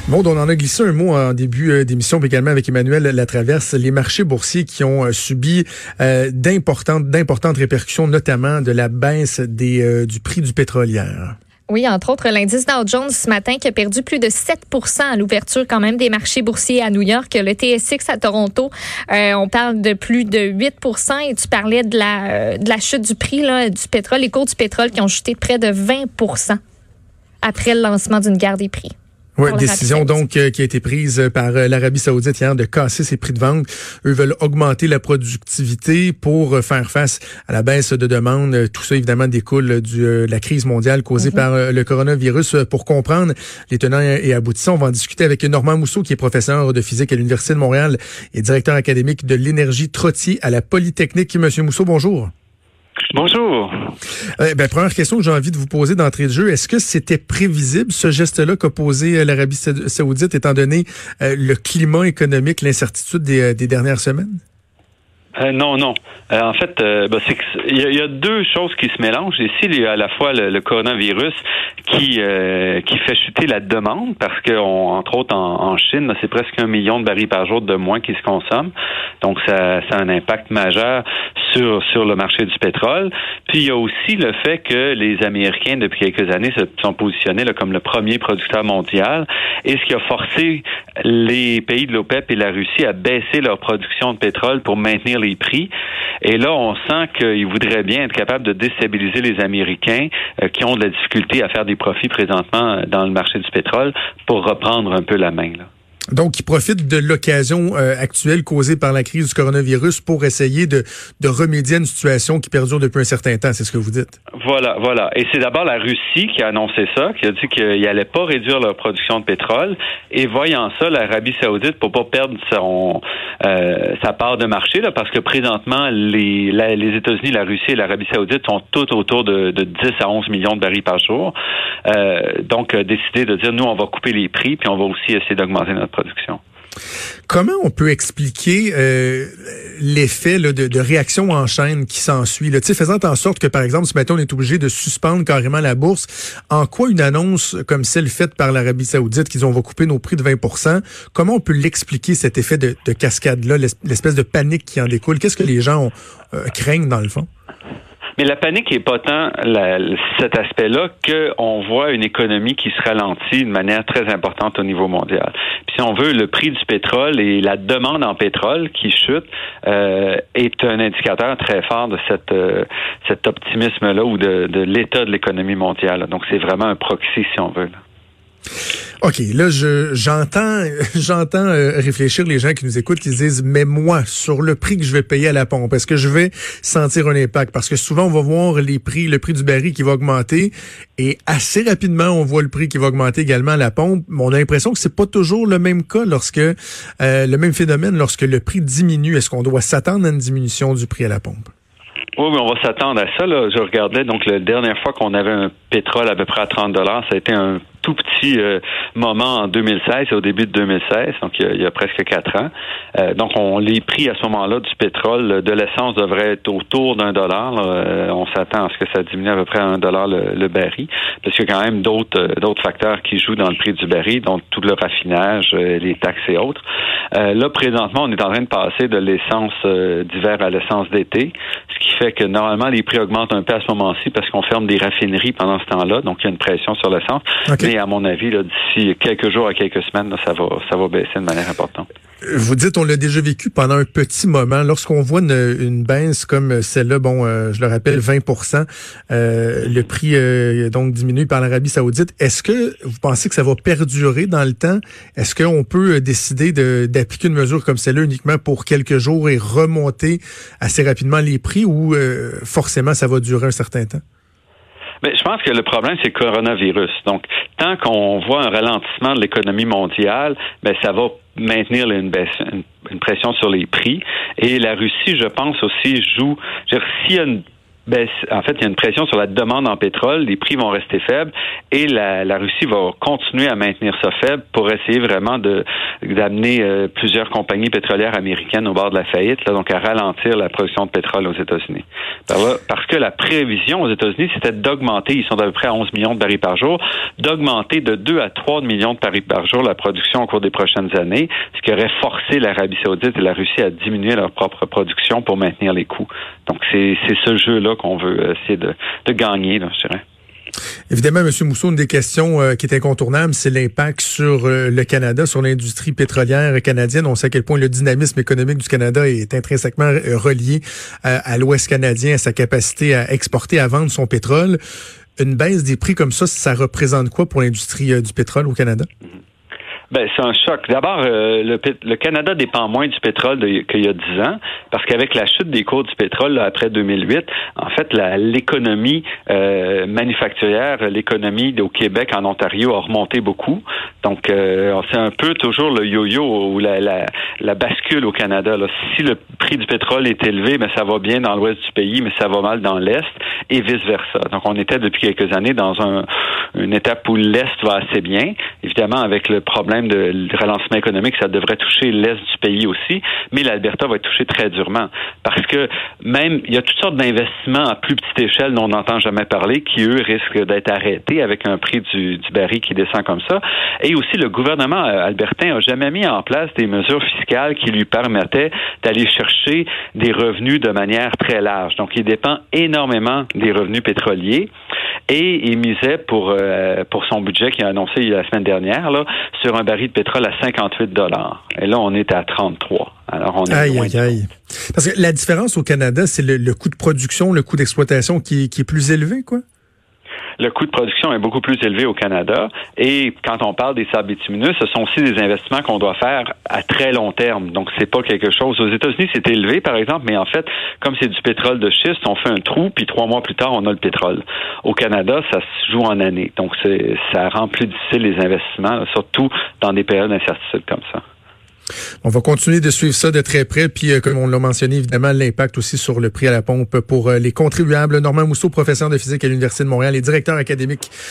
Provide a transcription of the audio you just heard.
Maud, on en a glissé un mot en début d'émission, puis également avec Emmanuel Latraverse, les marchés boursiers qui ont subi d'importantes répercussions, notamment de la baisse du prix du pétrole hier. Oui, entre autres, l'indice Dow Jones ce matin qui a perdu plus de 7% à l'ouverture quand même des marchés boursiers à New York. Le TSX à Toronto, on parle de plus de 8%. Et tu parlais de la chute du prix du pétrole, les cours du pétrole qui ont chuté de près de 20% après le lancement d'une guerre des prix. Oui, décision donc qui a été prise par l'Arabie Saoudite hier de casser ses prix de vente. Eux veulent augmenter la productivité pour faire face à la baisse de demande. Tout ça, évidemment, découle de la crise mondiale causée par le coronavirus. Pour comprendre les tenants et aboutissants, on va en discuter avec Normand Mousseau, qui est professeur de physique à l'Université de Montréal et directeur académique de l'énergie Trottier à la Polytechnique. Monsieur Mousseau, bonjour. Bonjour. Première question que j'ai envie de vous poser d'entrée de jeu. Est-ce que c'était prévisible, ce geste-là qu'a posé l'Arabie Saoudite, étant donné le climat économique, l'incertitude des dernières semaines? Non. En fait, c'est il y a deux choses qui se mélangent. Ici, il y a à la fois le coronavirus qui fait chuter la demande parce que, entre autres, en Chine, là, c'est presque 1 million de barils par jour de moins qui se consomment. Donc, ça a un impact majeur sur le marché du pétrole. Puis, il y a aussi le fait que les Américains, depuis quelques années, se sont positionnés là, comme le premier producteur mondial. Et ce qui a forcé les pays de l'OPEP et la Russie à baisser leur production de pétrole pour maintenir les prix. Et là, on sent qu'ils voudraient bien être capables de déstabiliser les Américains qui ont de la difficulté à faire des profits présentement dans le marché du pétrole pour reprendre un peu la main, là. Donc, ils profitent de l'occasion actuelle causée par la crise du coronavirus pour essayer de remédier à une situation qui perdure depuis un certain temps, c'est ce que vous dites. Voilà. Et c'est d'abord la Russie qui a annoncé ça, qui a dit qu'il n'allait pas réduire leur production de pétrole. Et voyant ça, l'Arabie Saoudite, pour pas perdre sa part de marché, là, parce que présentement, les États-Unis, la Russie et l'Arabie Saoudite sont toutes autour de 10 à 11 millions de barils par jour. Donc, décider de dire, nous, on va couper les prix, puis on va aussi essayer d'augmenter notre production. Comment on peut expliquer l'effet de réaction en chaîne qui s'ensuit, faisant en sorte que, par exemple, si maintenant on est obligé de suspendre carrément la bourse, en quoi une annonce comme celle faite par l'Arabie Saoudite, qu'ils va couper nos prix de 20%, comment on peut l'expliquer, cet effet de cascade-là, l'espèce de panique qui en découle? Qu'est-ce que les gens craignent dans le fond? Mais la panique n'est pas tant cet aspect-là qu'on voit une économie qui se ralentit de manière très importante au niveau mondial. Puis si on veut, le prix du pétrole et la demande en pétrole qui chute est un indicateur très fort de cet optimisme-là ou de l'état de l'économie mondiale. Donc c'est vraiment un proxy, si on veut, là. OK, là, j'entends réfléchir les gens qui nous écoutent, qui se disent, mais moi, sur le prix que je vais payer à la pompe, est-ce que je vais sentir un impact? Parce que souvent, on va voir le prix du baril qui va augmenter et assez rapidement, on voit le prix qui va augmenter également à la pompe. Mais on a l'impression que c'est pas toujours le même cas le même phénomène lorsque le prix diminue. Est-ce qu'on doit s'attendre à une diminution du prix à la pompe? Oui, mais on va s'attendre à ça, là. Je regardais, donc, la dernière fois qu'on avait un pétrole à peu près à $30, ça a été un tout petit moment en 2016, au début de 2016, donc il y a presque 4 ans. Donc, les prix à ce moment-là du pétrole, de l'essence devraient être autour $1. On s'attend à ce que ça diminue à peu près à $1 le baril, parce qu'il y a quand même d'autres facteurs qui jouent dans le prix du baril, donc tout le raffinage, les taxes et autres. Là, présentement, on est en train de passer de l'essence d'hiver à l'essence d'été, ce qui fait que normalement, les prix augmentent un peu à ce moment-ci parce qu'on ferme des raffineries pendant ce temps-là, donc il y a une pression sur l'essence. Okay. Mais à mon avis, là, d'ici quelques jours à quelques semaines, là, ça va baisser de manière importante. Vous dites, on l'a déjà vécu pendant un petit moment. Lorsqu'on voit une baisse comme celle-là, je le rappelle, 20%, le prix donc diminue par l'Arabie Saoudite. Est-ce que vous pensez que ça va perdurer dans le temps? Est-ce qu'on peut décider d'appliquer une mesure comme celle-là uniquement pour quelques jours et remonter assez rapidement les prix ou forcément ça va durer un certain temps? Mais je pense que le problème, c'est le coronavirus. Donc, tant qu'on voit un ralentissement de l'économie mondiale, ça va maintenir une pression sur les prix. Et la Russie, je pense aussi, s'il y a En fait, il y a une pression sur la demande en pétrole, les prix vont rester faibles et la Russie va continuer à maintenir ça faible pour essayer vraiment d'amener plusieurs compagnies pétrolières américaines au bord de la faillite, là, donc à ralentir la production de pétrole aux États-Unis. Parce que la prévision aux États-Unis, c'était d'augmenter, ils sont à peu près à 11 millions de barils par jour, d'augmenter de 2 à 3 millions de barils par jour la production au cours des prochaines années, ce qui aurait forcé l'Arabie Saoudite et la Russie à diminuer leur propre production pour maintenir les coûts. Donc, c'est ce jeu-là qu'on veut essayer de gagner, là, je dirais. Évidemment, M. Mousseau, une des questions qui est incontournable, c'est l'impact sur le Canada, sur l'industrie pétrolière canadienne. On sait à quel point le dynamisme économique du Canada est intrinsèquement relié à l'Ouest canadien, à sa capacité à exporter, à vendre son pétrole. Une baisse des prix comme ça représente quoi pour l'industrie du pétrole au Canada? C'est un choc. D'abord, le Canada dépend moins du pétrole qu'il y a 10 ans, parce qu'avec la chute des cours du pétrole là, après 2008, en fait, l'économie manufacturière, l'économie au Québec, en Ontario, a remonté beaucoup. Donc, c'est un peu toujours le yo-yo ou la bascule au Canada. Là. Si le prix du pétrole est élevé, mais ça va bien dans l'ouest du pays, mais ça va mal dans l'est, et vice-versa. Donc, on était depuis quelques années dans une étape où l'est va assez bien. Évidemment, avec le problème de ralentissement économique, ça devrait toucher l'est du pays aussi, mais l'Alberta va être touché très durement. Parce que même, il y a toutes sortes d'investissements à plus petite échelle dont on n'entend jamais parler, qui, eux, risquent d'être arrêtés avec un prix du baril qui descend comme ça. Et aussi, le gouvernement albertain n'a jamais mis en place des mesures fiscales qui lui permettaient d'aller chercher des revenus de manière très large. Donc, il dépend énormément des revenus pétroliers. Et il misait pour son budget qu'il a annoncé la semaine dernière là, sur un baril de pétrole à 58 $. Et là, on est à 33. Alors, on est aïe. Parce que la différence au Canada, c'est le coût de production, le coût d'exploitation qui est plus élevé, quoi? Le coût de production est beaucoup plus élevé au Canada. Et quand on parle des sables bitumineux, ce sont aussi des investissements qu'on doit faire à très long terme. Donc, c'est pas quelque chose. Aux États-Unis, c'est élevé, par exemple, mais en fait, comme c'est du pétrole de schiste, on fait un trou, puis 3 mois plus tard, on a le pétrole. Au Canada, ça se joue en années. Donc, ça rend plus difficile les investissements, là, surtout dans des périodes d'incertitude comme ça. On va continuer de suivre ça de très près, puis comme on l'a mentionné, évidemment, l'impact aussi sur le prix à la pompe pour les contribuables. Normand Mousseau, professeur de physique à l'Université de Montréal et directeur académique